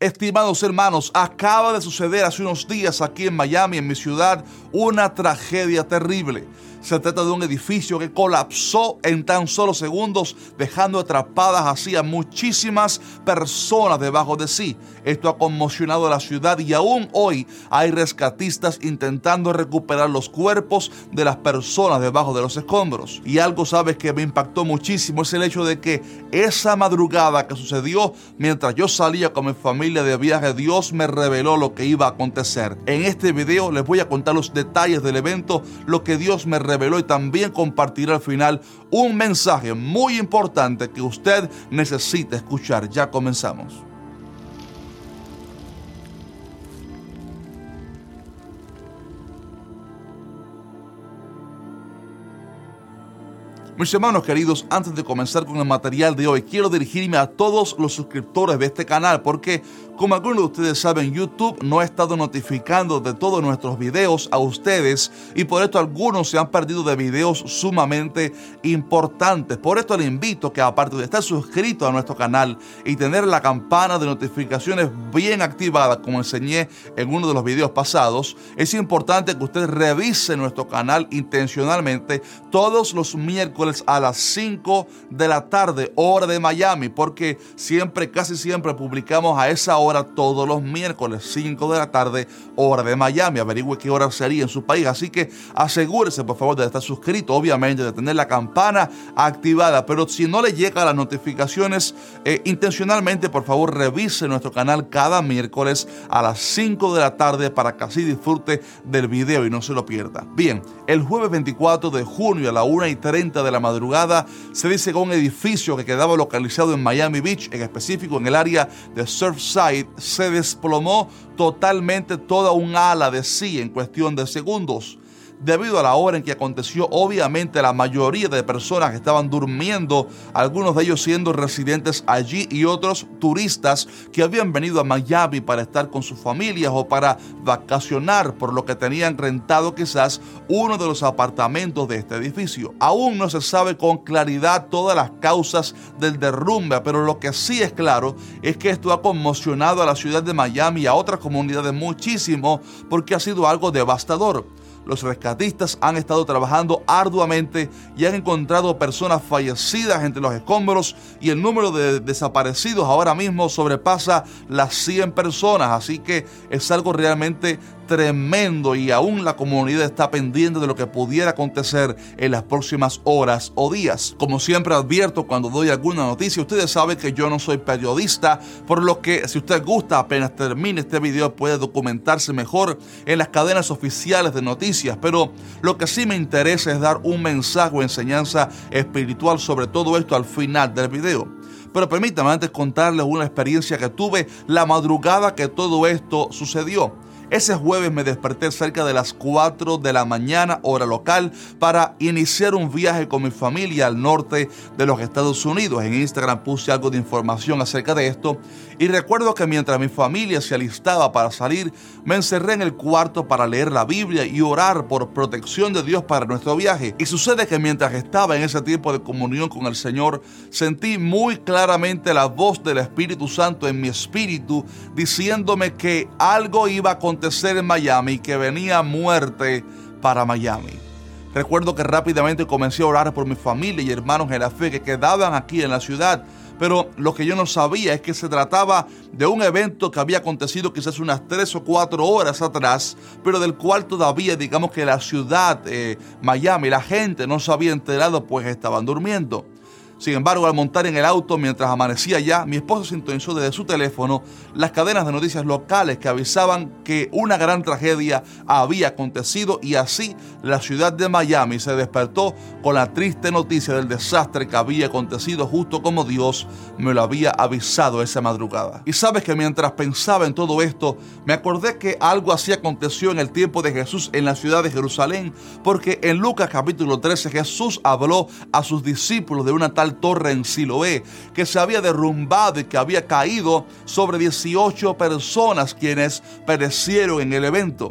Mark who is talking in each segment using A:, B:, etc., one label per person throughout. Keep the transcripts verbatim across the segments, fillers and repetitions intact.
A: Estimados hermanos, acaba de suceder hace unos días aquí en Miami, en mi ciudad, una tragedia terrible. Se trata de un edificio que colapsó en tan solo segundos, dejando atrapadas así a muchísimas personas debajo de sí. Esto ha conmocionado a la ciudad y aún hoy hay rescatistas intentando recuperar los cuerpos de las personas debajo de los escombros. Y algo, sabes, que me impactó muchísimo es el hecho de que esa madrugada que sucedió, mientras yo salía con mi familia de viaje, Dios me reveló lo que iba a acontecer. En este video les voy a contar los detalles del evento, lo que Dios me reveló, y también compartiré al final un mensaje muy importante que usted necesita escuchar. Ya comenzamos. Mis hermanos queridos, antes de comenzar con el material de hoy, quiero dirigirme a todos los suscriptores de este canal porque, como algunos de ustedes saben, YouTube no ha estado notificando de todos nuestros videos a ustedes y por esto algunos se han perdido de videos sumamente importantes. Por esto le invito que, aparte de estar suscrito a nuestro canal y tener la campana de notificaciones bien activada, como enseñé en uno de los videos pasados, es importante que usted revise nuestro canal intencionalmente todos los miércoles a las cinco de la tarde, hora de Miami, porque siempre, casi siempre publicamos a esa hora todos los miércoles, cinco de la tarde, hora de Miami. Averigüe qué hora sería en su país, así que asegúrese por favor de estar suscrito, obviamente de tener la campana activada, pero si no le llegan las notificaciones, eh, intencionalmente por favor revise nuestro canal cada miércoles a las cinco de la tarde para que así disfrute del video y no se lo pierda. Bien, el jueves veinticuatro de junio a la una y treinta de la madrugada se dice que un edificio que quedaba localizado en Miami Beach, en específico en el área de Surfside, se desplomó totalmente toda un ala de sí en cuestión de segundos. Debido a la hora en que aconteció, obviamente la mayoría de personas que estaban durmiendo, algunos de ellos siendo residentes allí y otros turistas que habían venido a Miami para estar con sus familias o para vacacionar, por lo que tenían rentado quizás uno de los apartamentos de este edificio. Aún no se sabe con claridad todas las causas del derrumbe, pero lo que sí es claro es que esto ha conmocionado a la ciudad de Miami y a otras comunidades muchísimo porque ha sido algo devastador. Los rescatistas han estado trabajando arduamente y han encontrado personas fallecidas entre los escombros y el número de desaparecidos ahora mismo sobrepasa las cien personas, así que es algo realmente tremendo y aún la comunidad está pendiente de lo que pudiera acontecer en las próximas horas o días. Como siempre advierto cuando doy alguna noticia, ustedes saben que yo no soy periodista, por lo que si usted gusta, apenas termine este video puede documentarse mejor en las cadenas oficiales de noticias, pero lo que sí me interesa es dar un mensaje o enseñanza espiritual sobre todo esto al final del video. Pero permítame antes contarles una experiencia que tuve la madrugada que todo esto sucedió. Ese jueves me desperté cerca de las cuatro de la mañana, hora local, para iniciar un viaje con mi familia al norte de los Estados Unidos. En Instagram puse algo de información acerca de esto y recuerdo que mientras mi familia se alistaba para salir, me encerré en el cuarto para leer la Biblia y orar por protección de Dios para nuestro viaje. Y sucede que mientras estaba en ese tiempo de comunión con el Señor, sentí muy claramente la voz del Espíritu Santo en mi espíritu diciéndome que algo iba a acontecer en Miami, que venía muerte para Miami. Recuerdo que rápidamente comencé a orar por mi familia y hermanos en la fe que quedaban aquí en la ciudad, pero lo que yo no sabía es que se trataba de un evento que había acontecido quizás unas tres o cuatro horas atrás, pero del cual todavía digamos que la ciudad, eh, Miami, la gente no se había enterado pues estaban durmiendo. Sin embargo, al montar en el auto mientras amanecía ya, mi esposo sintonizó desde su teléfono las cadenas de noticias locales que avisaban que una gran tragedia había acontecido y así la ciudad de Miami se despertó con la triste noticia del desastre que había acontecido justo como Dios me lo había avisado esa madrugada. Y sabes que mientras pensaba en todo esto, me acordé que algo así aconteció en el tiempo de Jesús en la ciudad de Jerusalén, porque en Lucas capítulo trece Jesús habló a sus discípulos de una tal torre en Siloé que se había derrumbado y que había caído sobre dieciocho personas quienes perecieron en el evento.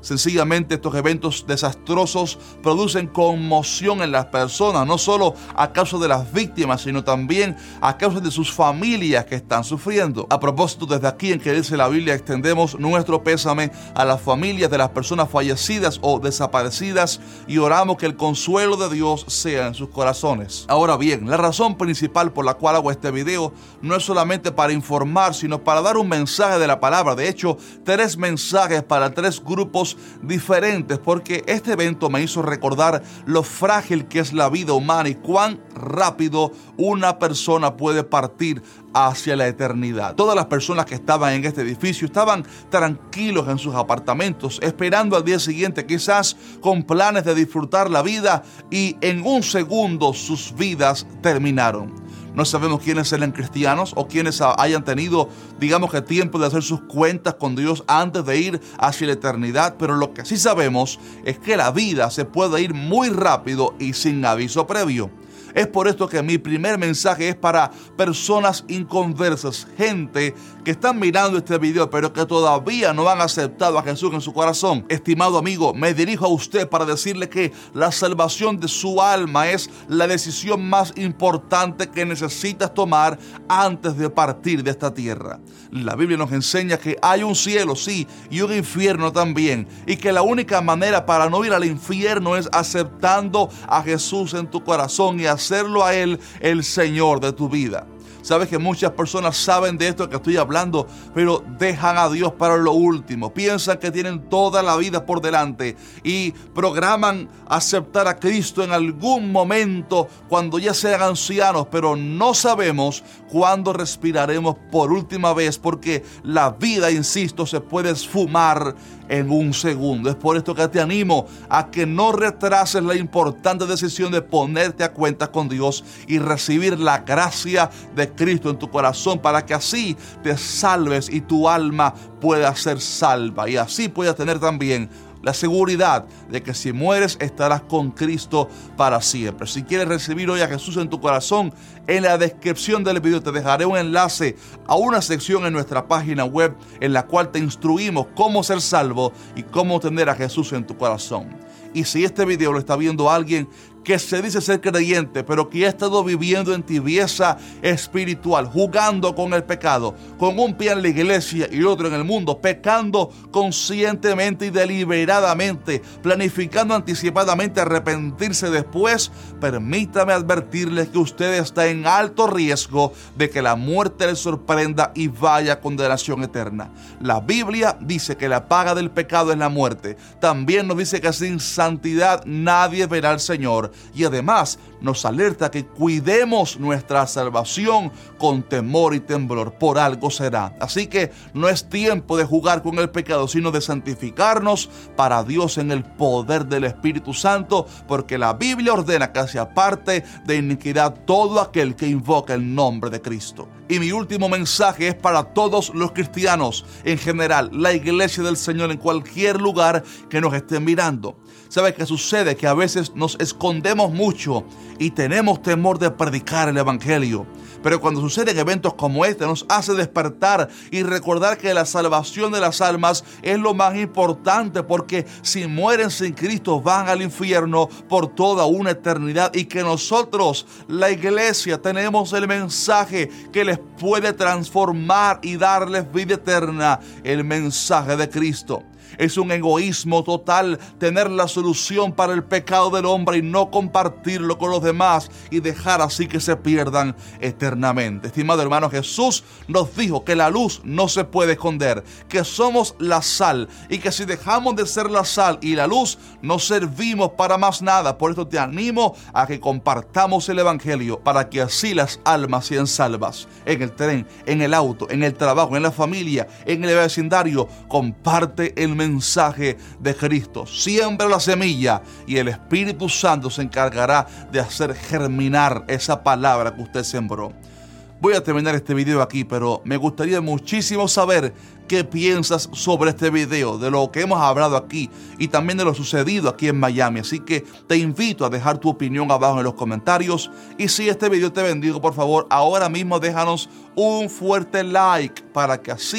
A: Sencillamente estos eventos desastrosos producen conmoción en las personas, no solo a causa de las víctimas, sino también a causa de sus familias que están sufriendo. A propósito, desde aquí en Que Dice la Biblia extendemos nuestro pésame a las familias de las personas fallecidas o desaparecidas y oramos que el consuelo de Dios sea en sus corazones. Ahora bien, la razón principal por la cual hago este video no es solamente para informar, sino para dar un mensaje de la palabra. De hecho, tres mensajes para tres grupos diferentes, porque este evento me hizo recordar lo frágil que es la vida humana y cuán rápido una persona puede partir hacia la eternidad. Todas las personas que estaban en este edificio estaban tranquilos en sus apartamentos, esperando al día siguiente, quizás con planes de disfrutar la vida, y en un segundo sus vidas terminaron. No sabemos quiénes eran cristianos o quienes hayan tenido, digamos que tiempo de hacer sus cuentas con Dios antes de ir hacia la eternidad, pero lo que sí sabemos es que la vida se puede ir muy rápido y sin aviso previo. Es por esto que mi primer mensaje es para personas inconversas, gente que están mirando este video pero que todavía no han aceptado a Jesús en su corazón. Estimado amigo, me dirijo a usted para decirle que la salvación de su alma es la decisión más importante que necesitas tomar antes de partir de esta tierra. La Biblia nos enseña que hay un cielo, sí, y un infierno también, y que la única manera para no ir al infierno es aceptando a Jesús en tu corazón y hacerlo a Él el Señor de tu vida. Sabes que muchas personas saben de esto que estoy hablando, pero dejan a Dios para lo último. Piensan que tienen toda la vida por delante y programan aceptar a Cristo en algún momento cuando ya sean ancianos, pero no sabemos cuándo respiraremos por última vez, porque la vida, insisto, se puede esfumar en un segundo. Es por esto que te animo a que no retrases la importante decisión de ponerte a cuentas con Dios y recibir la gracia de Cristo en tu corazón, para que así te salves y tu alma pueda ser salva, y así puedas tener también la seguridad de que si mueres estarás con Cristo para siempre. Si quieres recibir hoy a Jesús en tu corazón, en la descripción del video te dejaré un enlace a una sección en nuestra página web en la cual te instruimos cómo ser salvo y cómo tener a Jesús en tu corazón. Y si este video lo está viendo alguien que se dice ser creyente, pero que ha estado viviendo en tibieza espiritual, jugando con el pecado, con un pie en la iglesia y otro en el mundo, pecando conscientemente y deliberadamente, planificando anticipadamente arrepentirse después, permítame advertirles que usted está en alto riesgo de que la muerte le sorprenda y vaya a condenación eterna. La Biblia dice que la paga del pecado es la muerte. También nos dice que sin santidad nadie verá al Señor. Y además nos alerta que cuidemos nuestra salvación con temor y temblor. Por algo será. Así que no es tiempo de jugar con el pecado, sino de santificarnos para Dios en el poder del Espíritu Santo, porque la Biblia ordena que se aparte de iniquidad todo aquel que invoca el nombre de Cristo. Y mi último mensaje es para todos los cristianos en general, la iglesia del Señor en cualquier lugar que nos estén mirando. ¿Sabe qué sucede? Que a veces nos escondemos mucho y tenemos temor de predicar el evangelio. Pero cuando suceden eventos como este, nos hace despertar y recordar que la salvación de las almas es lo más importante, porque si mueren sin Cristo van al infierno por toda una eternidad, y que nosotros, la iglesia, tenemos el mensaje que les puede transformar y darles vida eterna, el mensaje de Cristo. Es un egoísmo total tener la solución para el pecado del hombre y no compartirlo con los demás y dejar así que se pierdan eternamente. Estimado hermano, Jesús nos dijo que la luz no se puede esconder, que somos la sal y que si dejamos de ser la sal y la luz no servimos para más nada. Por esto te animo a que compartamos el evangelio para que así las almas sean salvas. En el tren, en el auto, en el trabajo, en la familia, en el vecindario, comparte el mensaje de Cristo. Siembra la semilla y el Espíritu Santo se encargará de hacer germinar esa palabra que usted sembró. Voy a terminar este video aquí, pero me gustaría muchísimo saber qué piensas sobre este video, de lo que hemos hablado aquí y también de lo sucedido aquí en Miami. Así que te invito a dejar tu opinión abajo en los comentarios. Y si este video te bendijo, por favor, ahora mismo déjanos un fuerte like para que así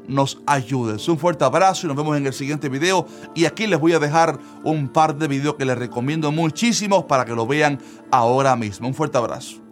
A: nos ayudes. Un fuerte abrazo y nos vemos en el siguiente video. Y aquí les voy a dejar un par de videos que les recomiendo muchísimo para que lo vean ahora mismo. Un fuerte abrazo.